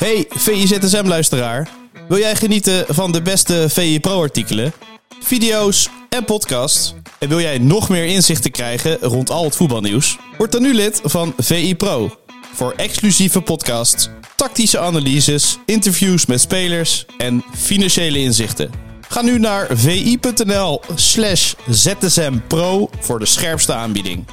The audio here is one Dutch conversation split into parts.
Hey VIZSM-luisteraar. Wil jij genieten van de beste VI Pro-artikelen, video's en podcasts? En wil jij nog meer inzichten krijgen rond al het voetbalnieuws? Word dan nu lid van VI Pro. Voor exclusieve podcasts, tactische analyses, interviews met spelers en financiële inzichten. Ga nu naar vi.nl/ZSMPro voor de scherpste aanbieding.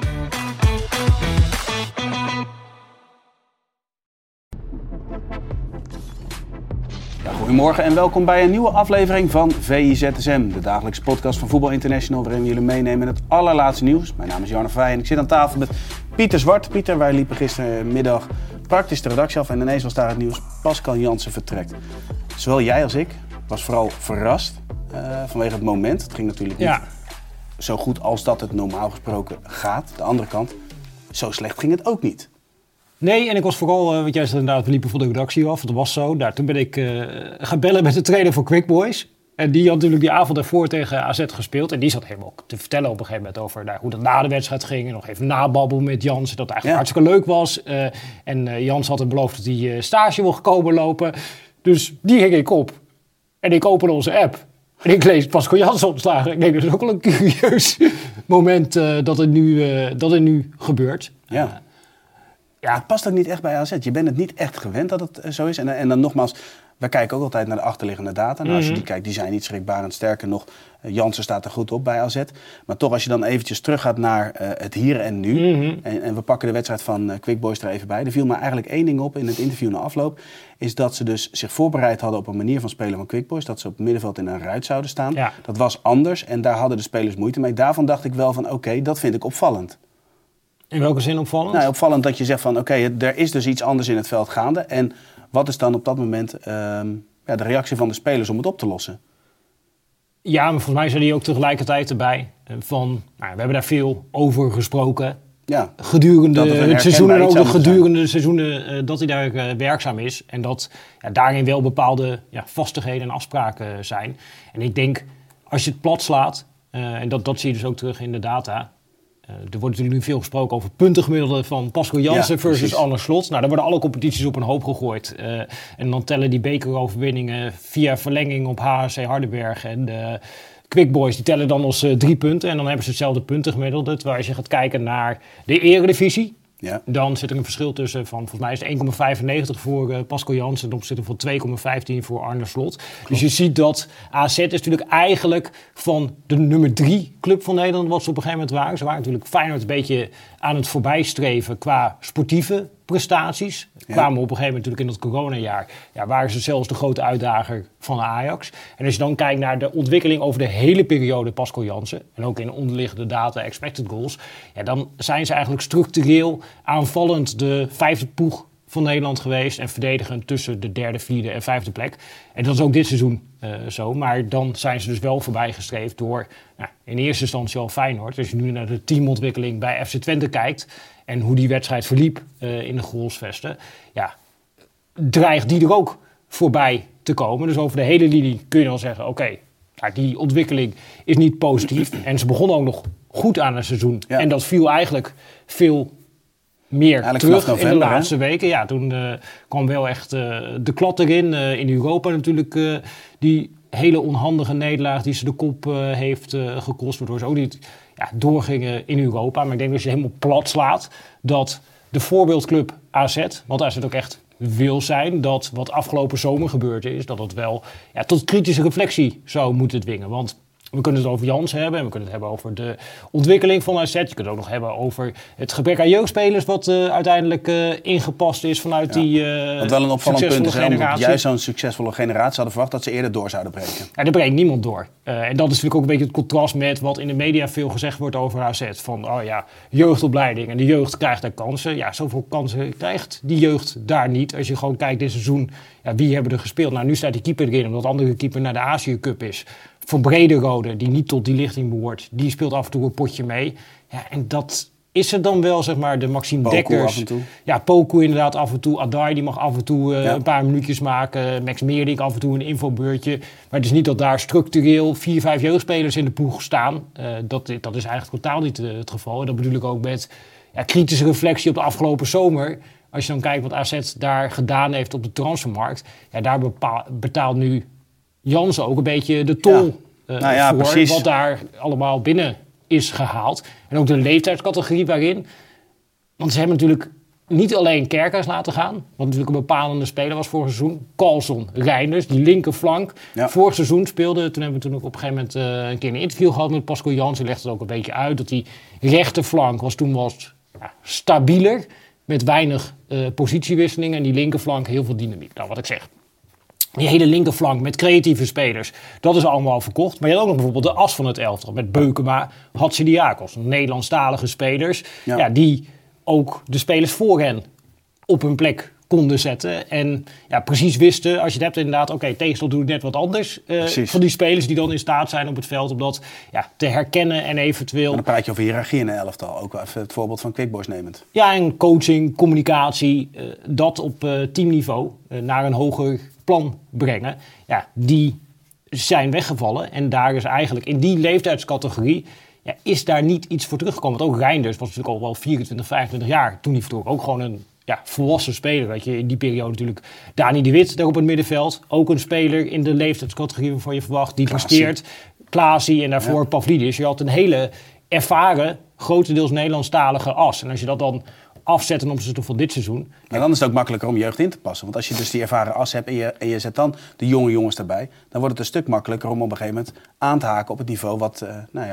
Goedemorgen en welkom bij een nieuwe aflevering van VIZSM, de dagelijkse podcast van Voetbal International, waarin we jullie meenemen in het allerlaatste nieuws. Mijn naam is Jarno Verwij en ik zit aan tafel met Pieter Zwart. Pieter, wij liepen gistermiddag praktisch de redactie af en ineens was daar het nieuws: Pascal Jansen vertrekt. Zowel jij als ik was vooral verrast vanwege het moment. Het ging natuurlijk niet zo goed als dat het normaal gesproken gaat. De andere kant, zo slecht ging het ook niet. Nee, en ik was vooral, want jij zei inderdaad, we liepen van de redactie af, dat was zo. Toen ben ik gaan bellen met de trainer van Quick Boys. En die had natuurlijk die avond daarvoor tegen AZ gespeeld. En die zat helemaal te vertellen op een gegeven moment over hoe dat na de wedstrijd ging. En nog even nababbelen met Jans, dat het eigenlijk hartstikke leuk was. En Jans had hem beloofd dat hij stage wil komen lopen. Dus die hing ik op. En ik open onze app. En ik lees Pascal Jansen ontslagen. Ik denk, dat is ook wel een curieus moment dat het nu gebeurt. Ja. Ja, het past ook niet echt bij AZ. Je bent het niet echt gewend dat het zo is. En dan nogmaals, wij kijken ook altijd naar de achterliggende data. Nou, als je die kijkt, die zijn niet schrikbarend. Sterker nog, Jansen staat er goed op bij AZ. Maar toch, als je dan eventjes teruggaat naar het hier en nu. En we pakken de wedstrijd van Quick Boys er even bij. Er viel maar eigenlijk één ding op in het interview na afloop. Is dat ze dus zich voorbereid hadden op een manier van spelen van Quick Boys. Dat ze op het middenveld in een ruit zouden staan. Ja. Dat was anders en daar hadden de spelers moeite mee. Daarvan dacht ik wel van oké, dat vind ik opvallend. In welke zin opvallend? Nou, opvallend dat je zegt van oké, er is dus iets anders in het veld gaande. En wat is dan op dat moment de reactie van de spelers om het op te lossen? Ja, maar volgens mij zei hij ook tegelijkertijd erbij van, we hebben daar veel over gesproken. Ja, gedurende het seizoen en ook gedurende de seizoenen dat hij daar werkzaam is. En dat daarin wel bepaalde vastigheden en afspraken zijn. En ik denk, als je het plat slaat, en dat zie je dus ook terug in de data. Er wordt natuurlijk nu veel gesproken over puntengemiddelde van Pascal Jansen versus Arne Slot. Nou, daar worden alle competities op een hoop gegooid. En dan tellen die bekeroverwinningen via verlenging op HSC Hardenberg en de Quick Boys, die tellen dan als 3 punten. En dan hebben ze hetzelfde puntengemiddelde. Terwijl als je gaat kijken naar de Eredivisie, dan zit er een verschil tussen van, volgens mij is het 1,95 voor Pascal Jansen ten opzichte van 2,15 voor Arne Slot. Klopt. Dus je ziet dat AZ is natuurlijk eigenlijk van de nummer 3 club van Nederland, wat ze op een gegeven moment waren. Ze waren natuurlijk Feyenoord een beetje aan het voorbijstreven qua sportieve prestaties. Kwamen op een gegeven moment natuurlijk in het coronajaar. Waren ze zelfs de grote uitdager van Ajax. En als je dan kijkt naar de ontwikkeling over de hele periode Pascal Jansen, en ook in onderliggende data expected goals, dan zijn ze eigenlijk structureel aanvallend de 5e ploeg van Nederland geweest en verdedigend tussen de 3e, 4e en 5e plek. En dat is ook dit seizoen zo. Maar dan zijn ze dus wel voorbijgestreefd door in eerste instantie al Feyenoord. Als je nu naar de teamontwikkeling bij FC Twente kijkt en hoe die wedstrijd verliep in de goalsvesten, dreigt die er ook voorbij te komen. Dus over de hele linie kun je dan zeggen, oké, die ontwikkeling is niet positief. En ze begonnen ook nog goed aan het seizoen. Ja. En dat viel eigenlijk veel meer terug november, in de laatste weken. Ja, toen kwam wel echt de klad erin. In Europa natuurlijk die hele onhandige nederlaag die ze de kop heeft gekost. Waardoor ze ook niet doorgingen in Europa. Maar ik denk dat als je helemaal plat slaat, dat de voorbeeldclub AZ, want AZ ook echt wil zijn, dat wat afgelopen zomer gebeurd is, dat het wel tot kritische reflectie zou moeten dwingen. Want we kunnen het over Jans hebben en we kunnen het hebben over de ontwikkeling van AZ. Je kunt het ook nog hebben over het gebrek aan jeugdspelers wat uiteindelijk ingepast is vanuit die wat wel een opvallend punt is, omdat juist zo'n succesvolle generatie hadden verwacht dat ze eerder door zouden breken. Ja, er breekt niemand door. En dat is natuurlijk ook een beetje het contrast met wat in de media veel gezegd wordt over AZ. Van jeugdopleiding en de jeugd krijgt daar kansen. Ja, zoveel kansen krijgt die jeugd daar niet. Als je gewoon kijkt dit seizoen, wie hebben er gespeeld? Nou, nu staat die keeper erin omdat de andere keeper naar de Azië Cup is. Van Brederode, die niet tot die lichting behoort, die speelt af en toe een potje mee. Ja, en dat is er dan wel, zeg maar, de Maxime Poku Dekkers. Af en toe. Ja, Poku inderdaad af en toe. Adai, die mag af en toe een paar minuutjes maken. Max Meerdink af en toe een infobeurtje. Maar het is niet dat daar structureel 4-5 jeugdspelers in de ploeg staan. Dat is eigenlijk totaal niet het geval. En dat bedoel ik ook met kritische reflectie op de afgelopen zomer. als je dan kijkt wat AZ daar gedaan heeft op de transfermarkt, ja, daar betaalt nu Jansen ook een beetje de tol voor precies. Wat daar allemaal binnen is gehaald. En ook de leeftijdscategorie waarin. Want ze hebben natuurlijk niet alleen Kerkers laten gaan, wat natuurlijk een bepalende speler was vorig seizoen. Carlson, Reinders, die linkerflank. Ja. Vorig seizoen speelde, toen hebben we op een gegeven moment een keer een interview gehad met Pascal Jansen. Legde het ook een beetje uit dat die rechterflank was stabieler. Met weinig positiewisselingen. En die linkerflank heel veel dynamiek. Nou, wat ik zeg. Die hele linkerflank met creatieve spelers, dat is allemaal verkocht. Maar je had ook nog bijvoorbeeld de as van het elftal. Met Beukema, Hatzidakos, Nederlandstalige spelers. Ja, die ook de spelers voor hen op hun plek konden zetten. En ja, precies wisten, als je het hebt inderdaad, tegenstand doet net wat anders. Van die spelers die dan in staat zijn op het veld om dat te herkennen en eventueel... En dan praat je over hiërarchie in een elftal. Ook even het voorbeeld van Quick Boys nemend. Ja, en coaching, communicatie, dat op teamniveau naar een hoger plan brengen. Ja, die zijn weggevallen. En daar is eigenlijk in die leeftijdscategorie... Ja, is daar niet iets voor teruggekomen. Want ook Reinders was natuurlijk al wel 24, 25 jaar toen hij vertrok. Ook gewoon een volwassen speler. Dat je in die periode natuurlijk Dani de Wit daar op het middenveld. Ook een speler in de leeftijdscategorie waarvan je verwacht. Die presteert. Klaasie en daarvoor Pavlidis. Je had een hele ervaren, grotendeels Nederlandstalige as. En als je dat dan afzet ten opzichte van dit seizoen. En dan is het ook makkelijker om jeugd in te passen. Want als je dus die ervaren as hebt en je zet dan de jonge jongens erbij, dan wordt het een stuk makkelijker om op een gegeven moment aan te haken op het niveau wat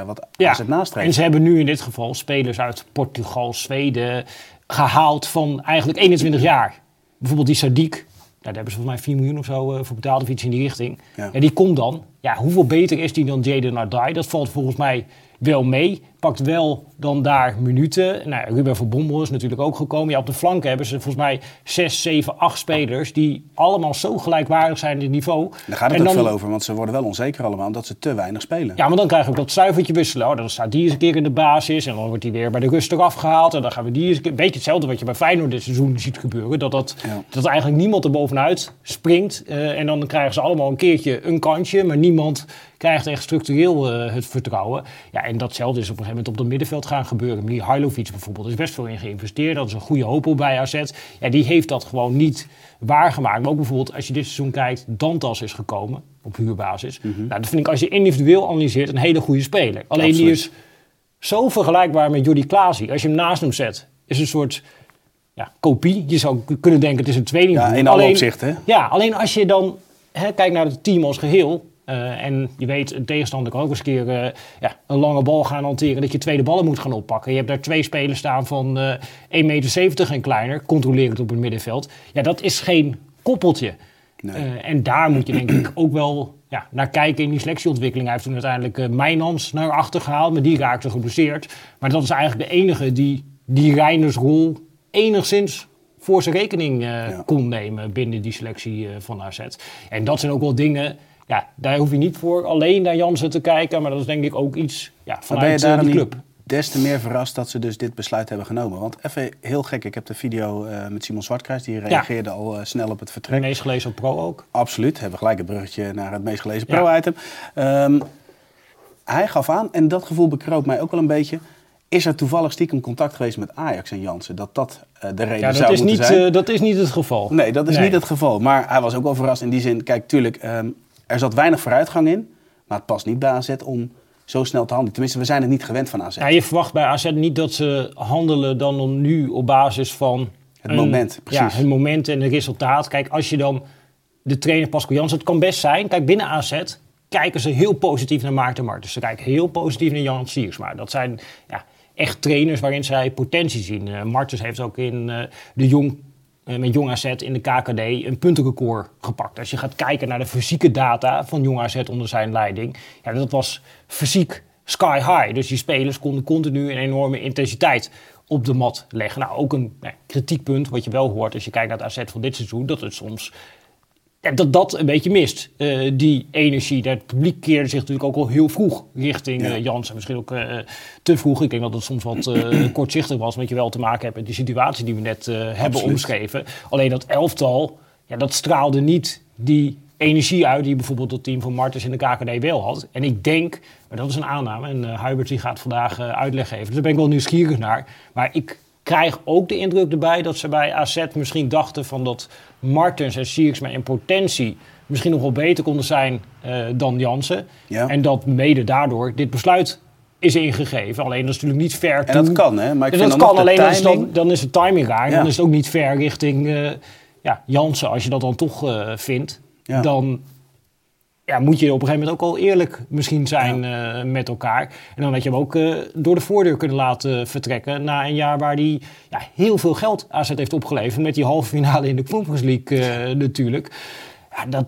AZ nastreeft. En ze hebben nu in dit geval spelers uit Portugal, Zweden gehaald van eigenlijk 21 jaar. Bijvoorbeeld die Sadiq. Daar hebben ze volgens mij 4 miljoen of zo voor betaald of iets in die richting. Ja. En die komt dan. Ja, hoeveel beter is die dan Jaden Ardai? Dat valt volgens mij wel mee. Pakt wel dan daar minuten. Nou, Ruben van Bommel is natuurlijk ook gekomen. Ja, op de flanken hebben ze volgens mij 6, 7, 8 spelers die allemaal zo gelijkwaardig zijn in het niveau. Daar gaat het ook veel over, want ze worden wel onzeker allemaal omdat ze te weinig spelen. Ja, maar dan krijg je ook dat stuivertje wisselen. Dan staat die eens een keer in de basis en dan wordt die weer bij de rust eraf gehaald. En dan gaan we die eens een keer... Beetje hetzelfde wat je bij Feyenoord dit seizoen ziet gebeuren. Dat eigenlijk niemand er bovenuit springt. En dan krijgen ze allemaal een keertje een kansje, maar niemand krijgt echt structureel het vertrouwen. Ja, en datzelfde is op een gegeven moment op het middenveld gaan gebeuren. Die Hajlovic bijvoorbeeld is best veel in geïnvesteerd. Dat is een goede hoop op bij AZ. Ja, die heeft dat gewoon niet waargemaakt. Maar ook bijvoorbeeld als je dit seizoen kijkt, Dantas is gekomen op huurbasis. Mm-hmm. Nou, dat vind ik als je individueel analyseert een hele goede speler. Alleen die is zo vergelijkbaar met Jordi Klaasie. Als je hem naast hem zet, is een soort kopie. Je zou kunnen denken het is een tweeling. Ja, in alle opzichten. Ja, alleen als je dan kijkt naar het team als geheel. En je weet, een tegenstander kan ook eens een keer een lange bal gaan hanteren, dat je tweede ballen moet gaan oppakken. Je hebt daar 2 spelers staan van 1,70 meter en kleiner, controlerend op het middenveld. Ja, dat is geen koppeltje. Nee. En daar moet je denk ik ook wel naar kijken in die selectieontwikkeling. Hij heeft toen uiteindelijk Mijnans naar achter gehaald, maar die raakte geblesseerd. Maar dat is eigenlijk de enige die Reinersrol enigszins voor zijn rekening kon nemen binnen die selectie van AZ. En dat zijn ook wel dingen... Ja, daar hoef je niet voor alleen naar Jansen te kijken, maar dat is denk ik ook iets vanuit de club. Des te meer verrast dat ze dus dit besluit hebben genomen. Want even heel gek, ik heb de video met Simon Zwartkruis, die reageerde al snel op het vertrek. Het meest gelezen op Pro ook. Absoluut, hebben we gelijk het bruggetje naar het meest gelezen Pro-item. Hij gaf aan, en dat gevoel bekroop mij ook wel een beetje, is er toevallig stiekem contact geweest met Ajax en Jansen? Dat de reden zou moeten zijn? Dat is niet het geval. Nee, dat is niet het geval. Maar hij was ook wel verrast in die zin. Kijk, tuurlijk, er zat weinig vooruitgang in. Maar het past niet bij AZ om zo snel te handelen. Tenminste, we zijn het niet gewend van AZ. Ja, je verwacht bij AZ niet dat ze handelen dan nu op basis van... Het moment, precies. Ja, het moment en het resultaat. Kijk, als je dan de trainer Pascal Jansen... Het kan best zijn, kijk, binnen AZ kijken ze heel positief naar Maarten Martens. Ze kijken heel positief naar Jan Siersma. Dat zijn echt trainers waarin zij potentie zien. Martens heeft ook in met Jong AZ in de KKD een puntenrecord gepakt. Als je gaat kijken naar de fysieke data van Jong AZ onder zijn leiding, dat was fysiek sky high. Dus die spelers konden continu een enorme intensiteit op de mat leggen. Nou, ook een kritiekpunt wat je wel hoort als je kijkt naar het AZ van dit seizoen, dat het soms dat een beetje mist. Die energie. Het publiek keerde zich natuurlijk ook al heel vroeg richting Jansen. Misschien ook te vroeg. Ik denk dat het soms wat kortzichtig was. Met je wel te maken hebt met die situatie die we net hebben omschreven. Alleen dat elftal, dat straalde niet die energie uit die bijvoorbeeld het team van Martens in de KKD wel had. En ik denk, maar dat is een aanname. En Huibert die gaat vandaag uitleg geven. Dus daar ben ik wel nieuwsgierig naar. Maar ik krijg ook de indruk erbij dat ze bij AZ misschien dachten van dat Martens en Sierksma in potentie misschien nog wel beter konden zijn dan Jansen. Ja. En dat mede daardoor dit besluit is ingegeven. Alleen dat is natuurlijk niet fair. En dat kan, hè? Maar ik vind dat kan, alleen dan is de timing raar. Ja. Dan is het ook niet fair richting Jansen. Als je dat dan toch vindt, dan moet je op een gegeven moment ook al eerlijk misschien zijn met elkaar. En dan had je hem ook door de voordeur kunnen laten vertrekken na een jaar waar hij heel veel geld AZ heeft opgeleverd met die halve finale in de Conference League natuurlijk. Ja,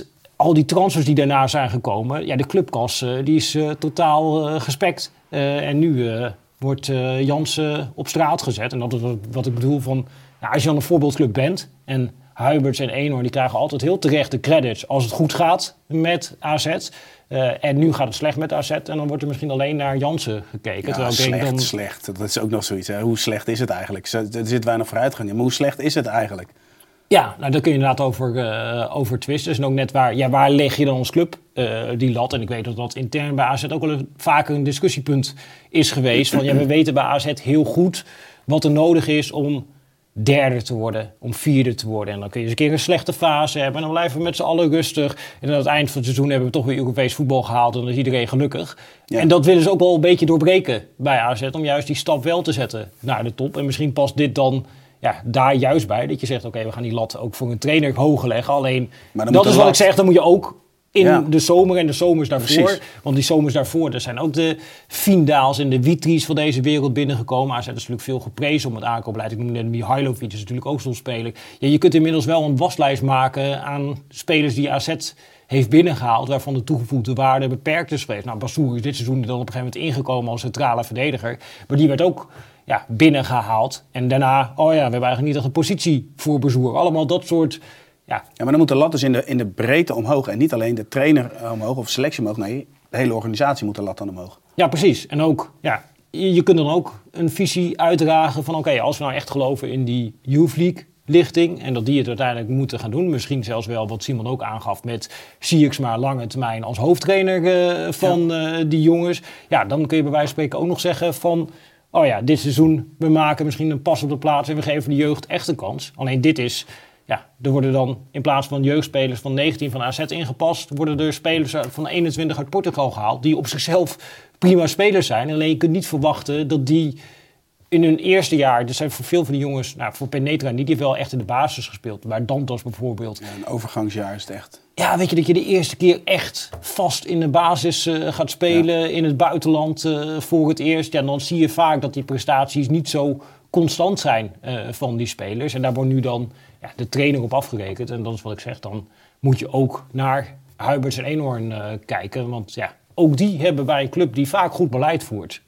al die transfers die daarna zijn gekomen, de clubkas die is totaal gespekt. En nu wordt Jansen op straat gezet. En dat is wat ik bedoel van, als je dan een voorbeeldclub bent en Huiberts en Eenhoorn die krijgen altijd heel terecht de credits als het goed gaat met AZ. En nu gaat het slecht met AZ en dan wordt er misschien alleen naar Jansen gekeken. Ja, slecht. Dat is ook nog zoiets. Hè. Hoe slecht is het eigenlijk? Er zit weinig vooruitgang in. Maar hoe slecht is het eigenlijk? Ja, daar kun je inderdaad over twisten. En ook net waar leg je dan als club die lat? En ik weet dat intern bij AZ ook wel vaker een discussiepunt is geweest. Van we weten bij AZ heel goed wat er nodig is om derde te worden, om vierde te worden. En dan kun je eens een keer een slechte fase hebben. En dan blijven we met z'n allen rustig. En aan het eind van het seizoen hebben we toch weer Europees voetbal gehaald. En dan is iedereen gelukkig. Ja. En dat willen ze ook wel een beetje doorbreken bij AZ. Om juist die stap wel te zetten naar de top. En misschien past dit dan daar juist bij. Dat je zegt, oké, we gaan die lat ook voor een trainer hoger leggen. Alleen, dat is wat ik zeg, dan moet je ook in de zomer en de zomers daarvoor. Precies. Want die zomers daarvoor, er zijn ook de Vindaals en de Witries van deze wereld binnengekomen. AZ is natuurlijk veel geprezen om het aankoopbeleid. Ik noem net Mihailovic, is natuurlijk ook zo'n speler. Ja, je kunt inmiddels wel een waslijst maken aan spelers die AZ heeft binnengehaald, waarvan de toegevoegde waarde beperkt is geweest. Nou, Bazoer is dit seizoen dan op een gegeven moment ingekomen als centrale verdediger. Maar die werd ook binnengehaald. En daarna, we hebben eigenlijk niet echt een positie voor Bazoer. Allemaal dat soort. Ja, maar dan moet de lat dus in de breedte omhoog. En niet alleen de trainer omhoog of selectie omhoog. Nee, de hele organisatie moet de lat dan omhoog. Ja, precies. En ook, je kunt dan ook een visie uitdragen van als we nou echt geloven in die Youth League lichting en dat die het uiteindelijk moeten gaan doen. Misschien zelfs wel wat Simon ook aangaf met Sierksma lange termijn als hoofdtrainer van die jongens. Ja, dan kun je bij wijze van spreken ook nog zeggen van dit seizoen, we maken misschien een pas op de plaats en we geven de jeugd echt een kans. Alleen dit is, er worden dan in plaats van jeugdspelers van 19 van AZ ingepast, worden er spelers van 21 uit Portugal gehaald, die op zichzelf prima spelers zijn. Alleen je kunt niet verwachten dat die in hun eerste jaar, er zijn voor veel van die jongens, voor Penetra niet, die heeft wel echt in de basis gespeeld. Maar Dantas bijvoorbeeld. Ja, een overgangsjaar is het echt. Ja, weet je, dat je de eerste keer echt vast in de basis gaat spelen in het buitenland voor het eerst. Ja, dan zie je vaak dat die prestaties niet zo constant zijn van die spelers. En daar wordt nu dan de trainer op afgerekend. En dat is wat ik zeg, dan moet je ook naar Huiberts en Eenhoorn kijken. Want ook die hebben bij een club die vaak goed beleid voert,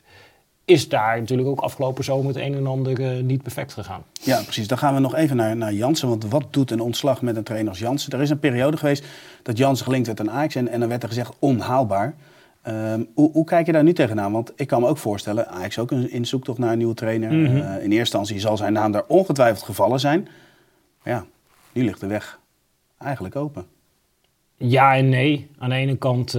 is daar natuurlijk ook afgelopen zomer het een en ander niet perfect gegaan. Ja, precies. Dan gaan we nog even naar Jansen. Want wat doet een ontslag met een trainer als Jansen? Er is een periode geweest dat Jansen gelinkt werd aan Ajax en dan werd er gezegd onhaalbaar. Hoe kijk je daar nu tegenaan? Want ik kan me ook voorstellen, Ajax ook in zoektocht naar een nieuwe trainer. Mm-hmm. In eerste instantie zal zijn naam daar ongetwijfeld gevallen zijn. Maar nu ligt de weg eigenlijk open. Ja en nee. Aan de ene kant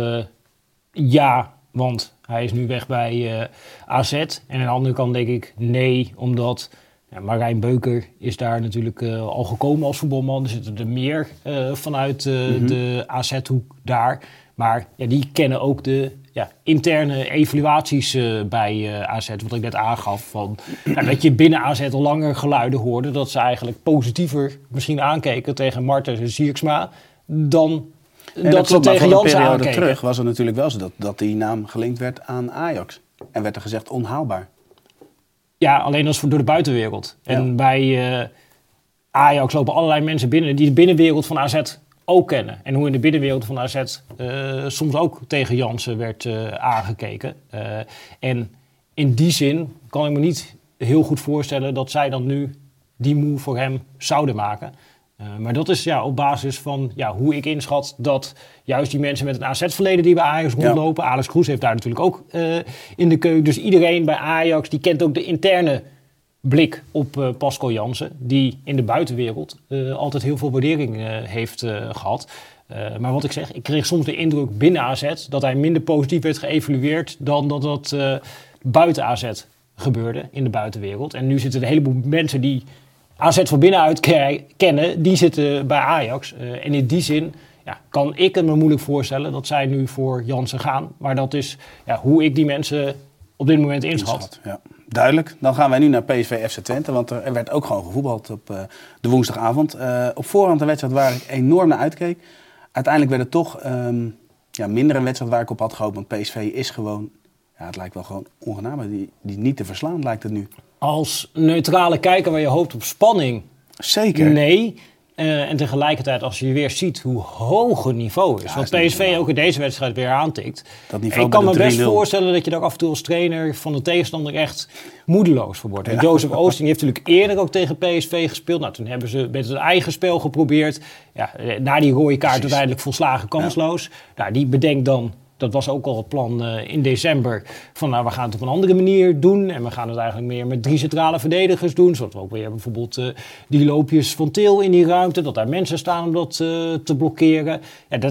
want hij is nu weg bij AZ. En aan de andere kant denk ik nee, omdat Marijn Beuker is daar natuurlijk al gekomen als voetbalman. Er zitten er meer vanuit de AZ-hoek daar. Maar die kennen ook de interne evaluaties bij AZ. Wat ik net aangaf. Van, dat je binnen AZ al langer geluiden hoorde dat ze eigenlijk positiever misschien aankeken tegen Martens en Sierksma dan dat ze tegen Jansen aankeken. Een periode terug was het natuurlijk wel zo dat die naam gelinkt werd aan Ajax. En werd er gezegd onhaalbaar. Ja, alleen dat is door de buitenwereld. Ja. En bij Ajax lopen allerlei mensen binnen die de binnenwereld van AZ ook kennen. En hoe in de binnenwereld van AZ soms ook tegen Jansen werd aangekeken. En in die zin kan ik me niet heel goed voorstellen dat zij dan nu die move voor hem zouden maken. Maar dat is op basis van hoe ik inschat dat juist die mensen met een AZ-verleden die bij Ajax rondlopen. Alex Kroes heeft daar natuurlijk ook in de keuken. Dus iedereen bij Ajax die kent ook de interne blik op Pascal Jansen. Die in de buitenwereld altijd heel veel waardering heeft gehad. Maar wat ik zeg, ik kreeg soms de indruk binnen AZ dat hij minder positief werd geëvalueerd dan dat buiten AZ gebeurde in de buitenwereld. En nu zitten een heleboel mensen die AZ van binnenuit kennen, die zitten bij Ajax. En in die zin kan ik het me moeilijk voorstellen dat zij nu voor Jansen gaan. Maar dat is hoe ik die mensen op dit moment inschat. Ja. Duidelijk. Dan gaan wij nu naar PSV FC Twente, want er werd ook gewoon gevoetbald op de woensdagavond. Op voorhand een wedstrijd waar ik enorm naar uitkeek. Uiteindelijk werd het toch minder een wedstrijd waar ik op had gehoopt, want PSV is gewoon, het lijkt wel gewoon ongenaam, die niet te verslaan lijkt het nu. Als neutrale kijker waar je hoopt op spanning. Zeker. Nee. En tegelijkertijd als je weer ziet hoe hoog het niveau is. Wat PSV ook in deze wedstrijd weer aantikt. Dat niveau ik kan me best voorstellen dat je daar af en toe als trainer van de tegenstander echt moedeloos voor wordt. Ja. Jozef Oosting heeft natuurlijk eerder ook tegen PSV gespeeld. Nou, toen hebben ze met het eigen spel geprobeerd. Na die rode kaart uiteindelijk volslagen kansloos. Nou, die bedenkt dan, dat was ook al het plan in december, van we gaan het op een andere manier doen. En we gaan het eigenlijk meer met 3 centrale verdedigers doen. Zodat we ook weer bijvoorbeeld die loopjes van Til in die ruimte, dat daar mensen staan om dat te blokkeren.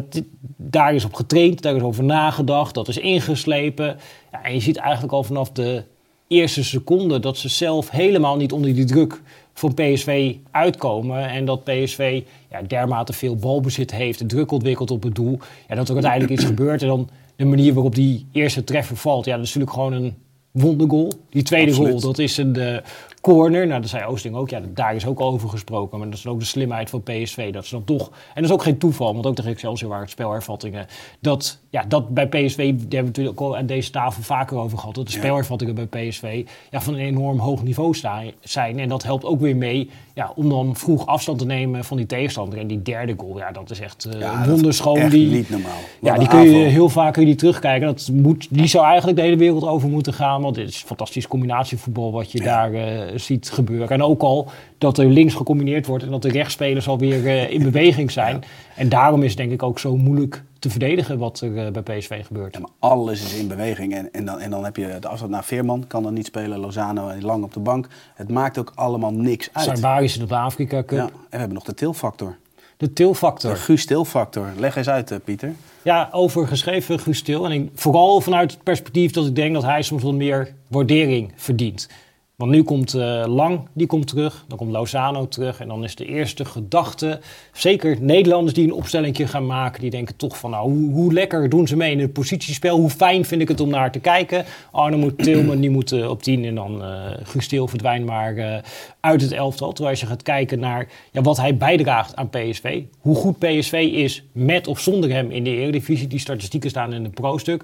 Daar is op getraind, daar is over nagedacht, dat is ingeslepen. En je ziet eigenlijk al vanaf de eerste seconde dat ze zelf helemaal niet onder die druk van PSV uitkomen. En dat PSV dermate veel balbezit heeft, de druk ontwikkelt op het doel. Dat er uiteindelijk iets gebeurt en dan de manier waarop die eerste treffer valt. Dat is natuurlijk gewoon een wondergoal. Die tweede goal, dat is een corner. Nou, dat zei Oosting ook. Daar is ook over gesproken. Maar dat is ook de slimheid van PSV. Dat ze dan toch... En dat is ook geen toeval. Want ook tegen Excelsior waren het spelervattingen. Dat bij PSV, daar hebben we natuurlijk ook al aan deze tafel vaker over gehad. Dat de spelervattingen bij PSV van een enorm hoog niveau zijn. En dat helpt ook weer mee om dan vroeg afstand te nemen van die tegenstander. En die derde goal, dat is echt wonderschoon. Dat is echt niet normaal. Die kun je heel vaak terugkijken. Die zou eigenlijk de hele wereld over moeten gaan. Want dit is fantastisch combinatievoetbal wat je daar ziet gebeuren. En ook al dat er links gecombineerd wordt en dat de rechtsspelers alweer in beweging zijn. En daarom is het denk ik ook zo moeilijk te verdedigen wat er bij PSV gebeurt. Ja, maar alles is in beweging. En dan heb je de afstand naar Veerman, kan dan niet spelen. Lozano lang op de bank. Het maakt ook allemaal niks uit. Saibari is op de Afrika Cup. Ja, en we hebben nog de Til-factor. De Til-factor. De Guus Til-factor. Leg eens uit, Pieter. Ja, over geschreven Guus Til. En vooral vanuit het perspectief dat ik denk dat hij soms wat meer waardering verdient. Want nu komt Lang, die komt terug. Dan komt Lozano terug. En dan is de eerste gedachte, zeker Nederlanders die een opstellingje gaan maken, die denken toch van, hoe lekker doen ze mee in het positiespel? Hoe fijn vind ik het om naar te kijken? Dan moet Tilman, die moet op 10 en dan Guus Til verdwijnt maar uit het elftal. Terwijl als je gaat kijken naar wat hij bijdraagt aan PSV. Hoe goed PSV is met of zonder hem in de Eredivisie. Die statistieken staan in het pro-stuk.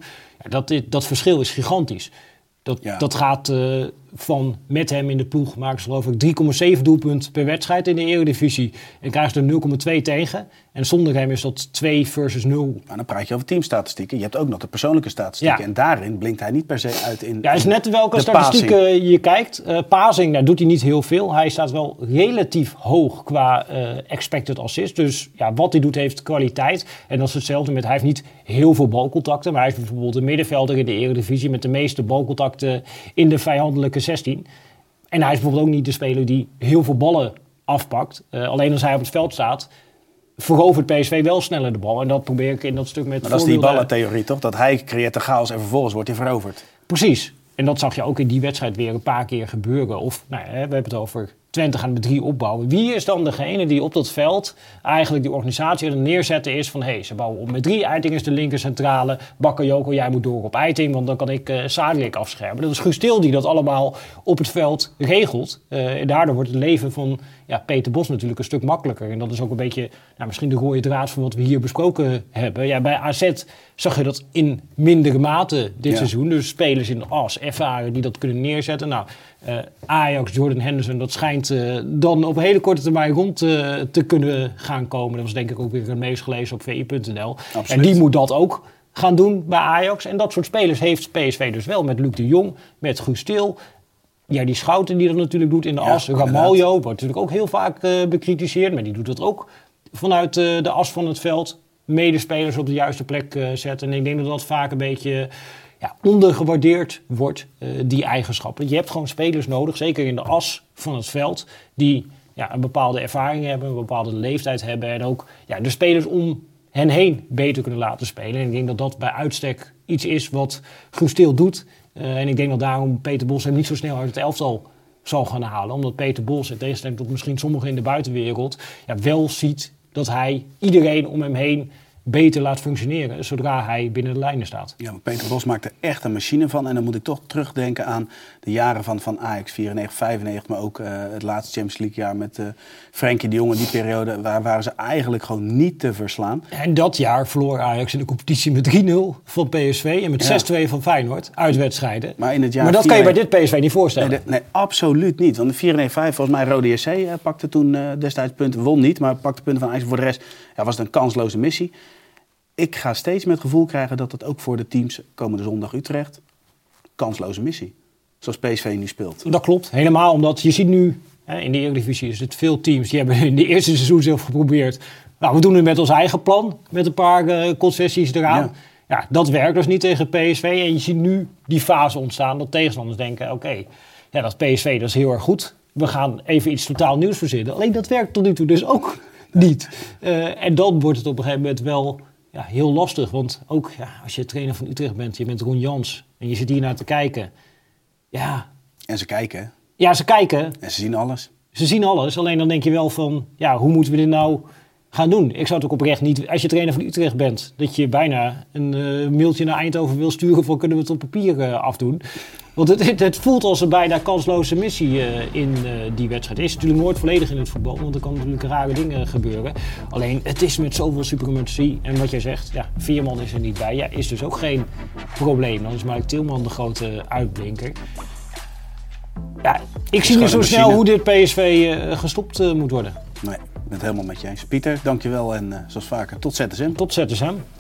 Dat verschil is gigantisch. Dat gaat van met hem in de ploeg maken ze geloof ik 3,7 doelpunten per wedstrijd in de Eredivisie. En krijgen ze er 0,2 tegen. En zonder hem is dat 2 versus 0. Maar dan praat je over teamstatistieken. Je hebt ook nog de persoonlijke statistieken. Ja. En daarin blinkt hij niet per se uit in het is net welke statistieken je kijkt. Passing, doet hij niet heel veel. Hij staat wel relatief hoog qua expected assist. Dus wat hij doet heeft kwaliteit. En dat is hetzelfde met, hij heeft niet heel veel balcontacten. Maar hij is bijvoorbeeld een middenvelder in de Eredivisie met de meeste balcontacten in de vijandelijke 16. En hij is bijvoorbeeld ook niet de speler die heel veel ballen afpakt. Alleen als hij op het veld staat, verovert PSV wel sneller de bal. En dat probeer ik in dat stuk met... Maar dat is die ballentheorie toch? Dat hij creëert de chaos en vervolgens wordt hij veroverd. Precies. En dat zag je ook in die wedstrijd weer een paar keer gebeuren. Of, we hebben het over Twente gaan met 3 opbouwen. Wie is dan degene die op dat veld eigenlijk die organisatie aan het neerzetten is van ze bouwen op met 3. Eiting is de linker centrale. Bakayoko, jij moet door op Eiting, want dan kan ik Sadilek afschermen. Dat is Guus Til die dat allemaal op het veld regelt. En daardoor wordt het leven van Peter Bos natuurlijk een stuk makkelijker. En dat is ook een beetje misschien de rode draad van wat we hier besproken hebben. Bij AZ zag je dat in mindere mate dit seizoen. Dus spelers in de as ervaren die dat kunnen neerzetten. Ajax, Jordan Henderson, dat schijnt dan op een hele korte termijn rond te kunnen gaan komen. Dat was denk ik ook weer het meest gelezen op vi.nl. En die moet dat ook gaan doen bij Ajax. En dat soort spelers heeft PSV dus wel. Met Luc de Jong, met Guus Til. Ja, die Schouten die dat natuurlijk doet in de as. Ramaljo wordt natuurlijk ook heel vaak bekritiseerd. Maar die doet dat ook vanuit de as van het veld. Medespelers op de juiste plek zetten. En ik denk dat dat vaak een beetje ondergewaardeerd wordt, die eigenschappen. Je hebt gewoon spelers nodig, zeker in de as van het veld, die een bepaalde ervaring hebben, een bepaalde leeftijd hebben en ook de spelers om hen heen beter kunnen laten spelen. En ik denk dat dat bij uitstek iets is wat Guus Til doet En ik denk dat daarom Peter Bos hem niet zo snel uit het elftal zal gaan halen. Omdat Peter Bos, in tegenstelling tot misschien sommigen in de buitenwereld, wel ziet dat hij iedereen om hem heen beter laat functioneren zodra hij binnen de lijnen staat. Ja, maar Peter Bos maakt er echt een machine van. En dan moet ik toch terugdenken aan de jaren van Ajax, 94, 95, maar ook het laatste Champions League jaar met Frenkie de Jong. In die periode waren ze eigenlijk gewoon niet te verslaan. En dat jaar verloor Ajax in de competitie met 3-0 van PSV en met 6-2 van Feyenoord uit wedstrijden. Maar, in het jaar maar dat kan je bij dit PSV niet voorstellen. Nee, absoluut niet. Want de 4-5, volgens mij Rode JC pakte toen destijds punten. Won niet, maar pakte punten van Ajax. Voor de rest was het een kansloze missie. Ik ga steeds met het gevoel krijgen dat het ook voor de teams komende zondag Utrecht kansloze missie. Zoals PSV nu speelt. Dat klopt. Helemaal omdat je ziet nu in de Eredivisie is het veel teams die hebben in de eerste seizoen zelf geprobeerd. Nou, we doen het met ons eigen plan. Met een paar concessies eraan. Ja, dat werkt dus niet tegen PSV. En je ziet nu die fase ontstaan dat tegenstanders denken, oké, dat PSV dat is heel erg goed. We gaan even iets totaal nieuws verzinnen. Alleen dat werkt tot nu toe dus ook niet. En dan wordt het op een gegeven moment wel heel lastig. Want ook als je trainer van Utrecht bent, je bent Ron Jans en je zit hier naar te kijken. Ja. En ze kijken, hè? Ja, ze kijken. En ze zien alles. Ze zien alles. Alleen dan denk je wel van, hoe moeten we dit nou gaan doen? Ik zou het ook oprecht niet, als je trainer van Utrecht bent, dat je bijna een mailtje naar Eindhoven wil sturen van kunnen we het op papier afdoen. Want het voelt als een bijna kansloze missie in die wedstrijd. Het is natuurlijk nooit volledig in het voetbal, want er kan natuurlijk rare dingen gebeuren. Alleen, het is met zoveel suprematie. En wat jij zegt, Veerman is er niet bij. Ja, is dus ook geen probleem. Dan is Mike Tilman de grote uitblinker. Ja, ik zie niet zo snel hoe dit PSV gestopt moet worden. Nee, ik ben het helemaal met je eens. Pieter, dankjewel en zoals vaker tot ZSM. Tot ZSM.